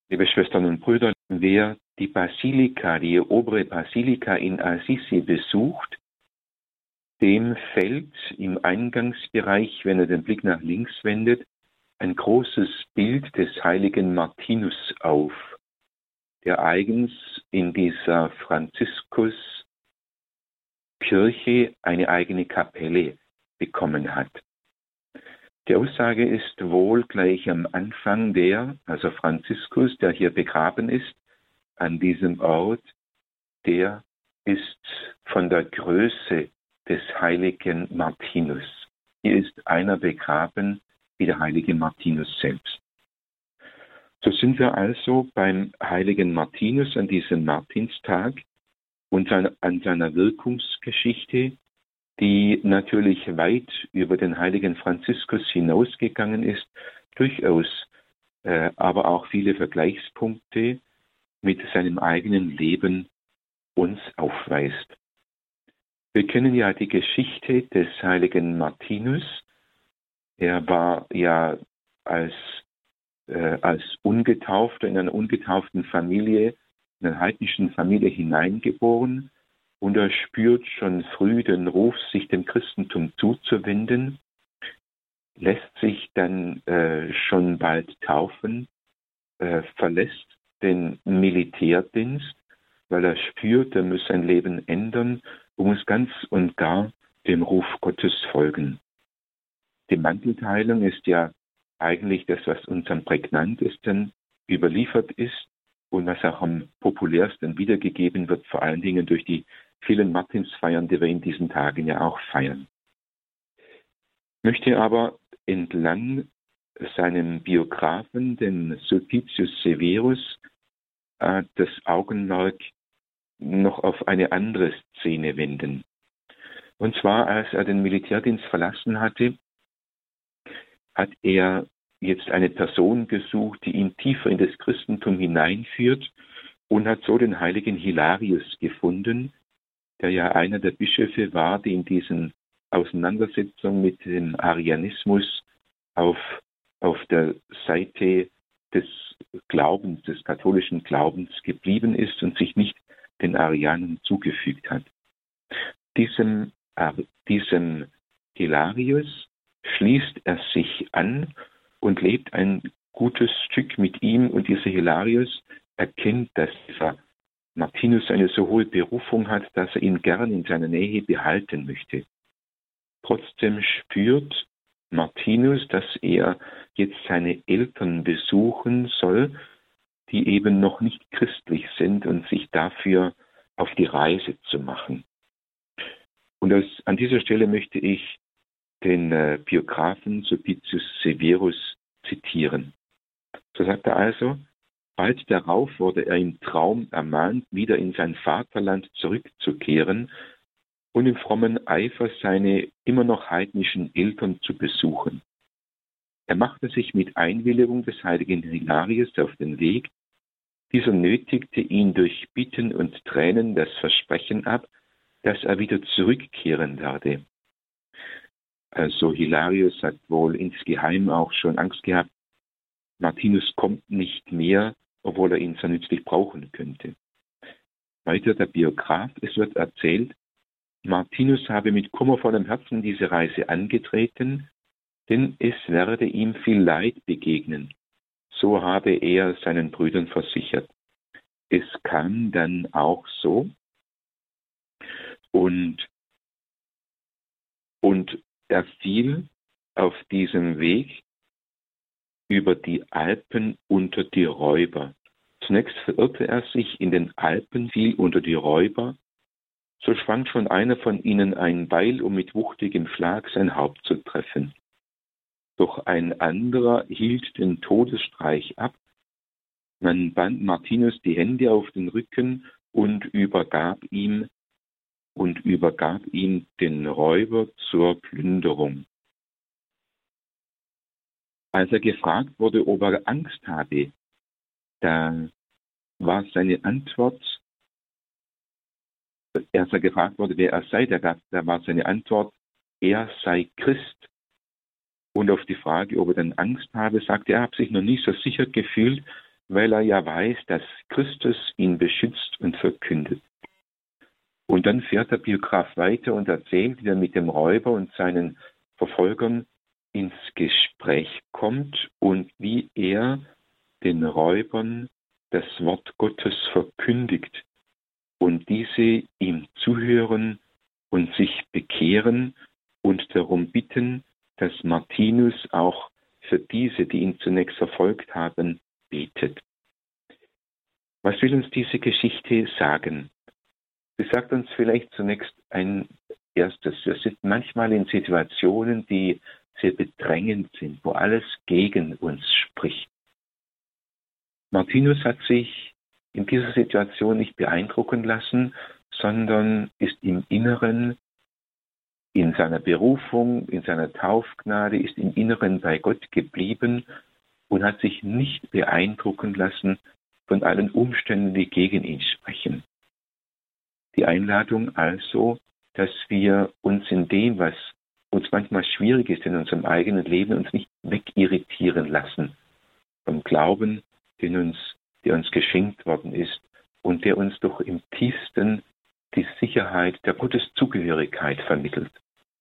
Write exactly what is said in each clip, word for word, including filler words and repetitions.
Liebe Schwestern und Brüder, wer die Basilika, die obere Basilika in Assisi besucht, dem fällt im Eingangsbereich, wenn er den Blick nach links wendet, ein großes Bild des heiligen Martinus auf, der eigens in dieser Franziskuskirche eine eigene Kapelle bekommen hat. Die Aussage ist wohl gleich am Anfang der, also Franziskus, der hier begraben ist, an diesem Ort, der ist von der Größe des heiligen Martinus. Hier ist einer begraben wie der heilige Martinus selbst. So sind wir also beim heiligen Martinus an diesem Martinstag und an seiner Wirkungsgeschichte, die natürlich weit über den heiligen Franziskus hinausgegangen ist, durchaus äh, aber auch viele Vergleichspunkte mit seinem eigenen Leben uns aufweist. Wir kennen ja die Geschichte des heiligen Martinus. Er war ja als, äh, als Ungetaufter in einer ungetauften Familie, in einer heidnischen Familie hineingeboren. Und er spürt schon früh den Ruf, sich dem Christentum zuzuwenden, lässt sich dann äh, schon bald taufen, äh, verlässt den Militärdienst, weil er spürt, er muss sein Leben ändern und muss ganz und gar dem Ruf Gottes folgen. Die Mantelteilung ist ja eigentlich das, was uns am prägnantesten überliefert ist und was auch am populärsten wiedergegeben wird, vor allen Dingen durch die vielen Martinsfeiern, die wir in diesen Tagen ja auch feiern. Ich möchte aber entlang seinem Biografen, dem Sulpicius Severus, äh, das Augenmerk noch auf eine andere Szene wenden. Und zwar, als er den Militärdienst verlassen hatte, hat er jetzt eine Person gesucht, die ihn tiefer in das Christentum hineinführt und hat so den heiligen Hilarius gefunden, der ja einer der Bischöfe war, die in diesen Auseinandersetzungen mit dem Arianismus auf, auf der Seite des Glaubens, des katholischen Glaubens geblieben ist und sich nicht den Arianern zugefügt hat. Diesem, äh, diesem Hilarius schließt er sich an und lebt ein gutes Stück mit ihm, und dieser Hilarius erkennt, dass dieser Martinus eine so hohe Berufung hat, dass er ihn gern in seiner Nähe behalten möchte. Trotzdem spürt Martinus, dass er jetzt seine Eltern besuchen soll, die eben noch nicht christlich sind, und sich dafür auf die Reise zu machen. Und das, an dieser Stelle möchte ich den äh, Biografen Sulpicius Severus zitieren. So sagt er also: Bald darauf wurde er im Traum ermahnt, wieder in sein Vaterland zurückzukehren und im frommen Eifer seine immer noch heidnischen Eltern zu besuchen. Er machte sich mit Einwilligung des heiligen Hilarius auf den Weg. Dieser nötigte ihn durch Bitten und Tränen das Versprechen ab, dass er wieder zurückkehren werde. Also Hilarius hat wohl insgeheim auch schon Angst gehabt, Martinus kommt nicht mehr, obwohl er ihn so nützlich brauchen könnte. Weiter der Biograf: Es wird erzählt, Martinus habe mit kummervollem Herzen diese Reise angetreten, denn es werde ihm viel Leid begegnen. So habe er seinen Brüdern versichert. Es kam dann auch so, und, und er fiel auf diesem Weg über die Alpen unter die Räuber. Zunächst verirrte er sich in den Alpen, fiel unter die Räuber. So schwang schon einer von ihnen ein Beil, um mit wuchtigem Schlag sein Haupt zu treffen. Doch ein anderer hielt den Todesstreich ab. Man band Martinus die Hände auf den Rücken und übergab ihm und übergab ihn den Räuber zur Plünderung. Als er gefragt wurde, ob er Angst habe, da war seine Antwort, als er gefragt wurde, wer er sei, da, gab, da war seine Antwort, er sei Christ. Und auf die Frage, ob er denn Angst habe, sagte er, er habe sich noch nie so sicher gefühlt weil er ja weiß, dass Christus ihn beschützt und verkündet. Und dann fährt der Biograf weiter und erzählt, wie er mit dem Räuber und seinen Verfolgern ins Gespräch kommt und wie er den Räubern das Wort Gottes verkündigt und diese ihm zuhören und sich bekehren und darum bitten, dass Martinus auch für diese, die ihn zunächst verfolgt haben, betet. Was will uns diese Geschichte sagen? Sie sagt uns vielleicht zunächst ein erstes. Wir sind manchmal in Situationen, die sehr bedrängend sind, wo alles gegen uns spricht. Martinus hat sich in dieser Situation nicht beeindrucken lassen, sondern ist im Inneren, in seiner Berufung, in seiner Taufgnade, ist im Inneren bei Gott geblieben und hat sich nicht beeindrucken lassen von allen Umständen, die gegen ihn sprechen. Die Einladung also, dass wir uns in dem, was uns manchmal schwierig ist in unserem eigenen Leben, uns nicht wegirritieren lassen vom Glauben, den uns, der uns geschenkt worden ist und der uns doch im tiefsten die Sicherheit der Gotteszugehörigkeit vermittelt.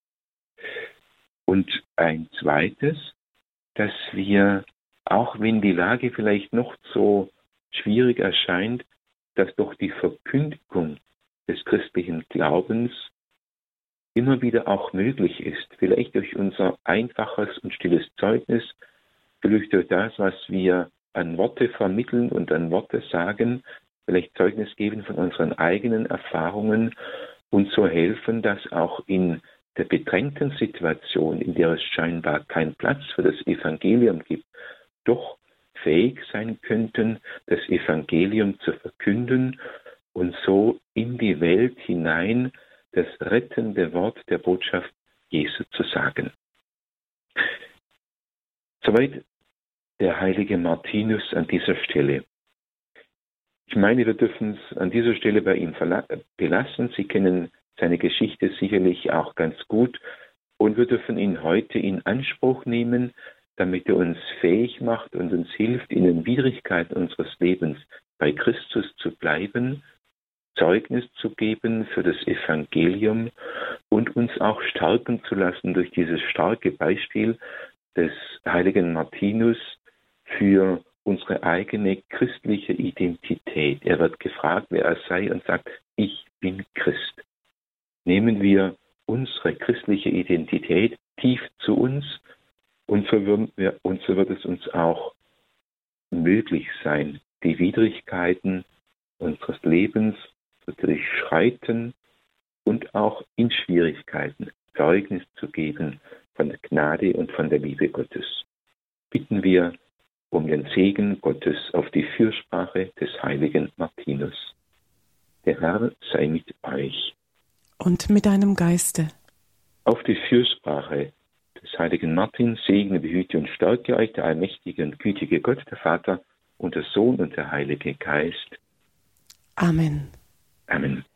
Und ein zweites, dass wir, auch wenn die Lage vielleicht noch so schwierig erscheint, dass doch die Verkündigung des christlichen Glaubens immer wieder auch möglich ist. Vielleicht durch unser einfaches und stilles Zeugnis, vielleicht durch das, was wir an Worte vermitteln und an Worte sagen, vielleicht Zeugnis geben von unseren eigenen Erfahrungen und so helfen, dass auch in der bedrängten Situation, in der es scheinbar keinen Platz für das Evangelium gibt, doch fähig sein könnten, das Evangelium zu verkünden und so in die Welt hinein das rettende Wort der Botschaft Jesu zu sagen. Soweit der heilige Martinus an dieser Stelle. Ich meine, wir dürfen es an dieser Stelle bei ihm belassen. Sie kennen seine Geschichte sicherlich auch ganz gut und wir dürfen ihn heute in Anspruch nehmen, damit er uns fähig macht und uns hilft, in den Widrigkeiten unseres Lebens bei Christus zu bleiben, Zeugnis zu geben für das Evangelium und uns auch stärken zu lassen durch dieses starke Beispiel des heiligen Martinus für unsere eigene christliche Identität. Er wird gefragt, wer er sei und sagt, ich bin Christ. Nehmen wir unsere christliche Identität tief zu uns und so, würden wir, und so wird es uns auch möglich sein, die Widrigkeiten unseres Lebens zu durchschreiten und auch in Schwierigkeiten Zeugnis zu geben von der Gnade und von der Liebe Gottes. Bitten wir um den Segen Gottes auf die Fürsprache des heiligen Martinus. Der Herr sei mit euch. Und mit deinem Geiste. Auf die Fürsprache des heiligen Martin segne, behüte und stärke euch der allmächtige und gütige Gott, der Vater und der Sohn und der Heilige Geist. Amen. Amen.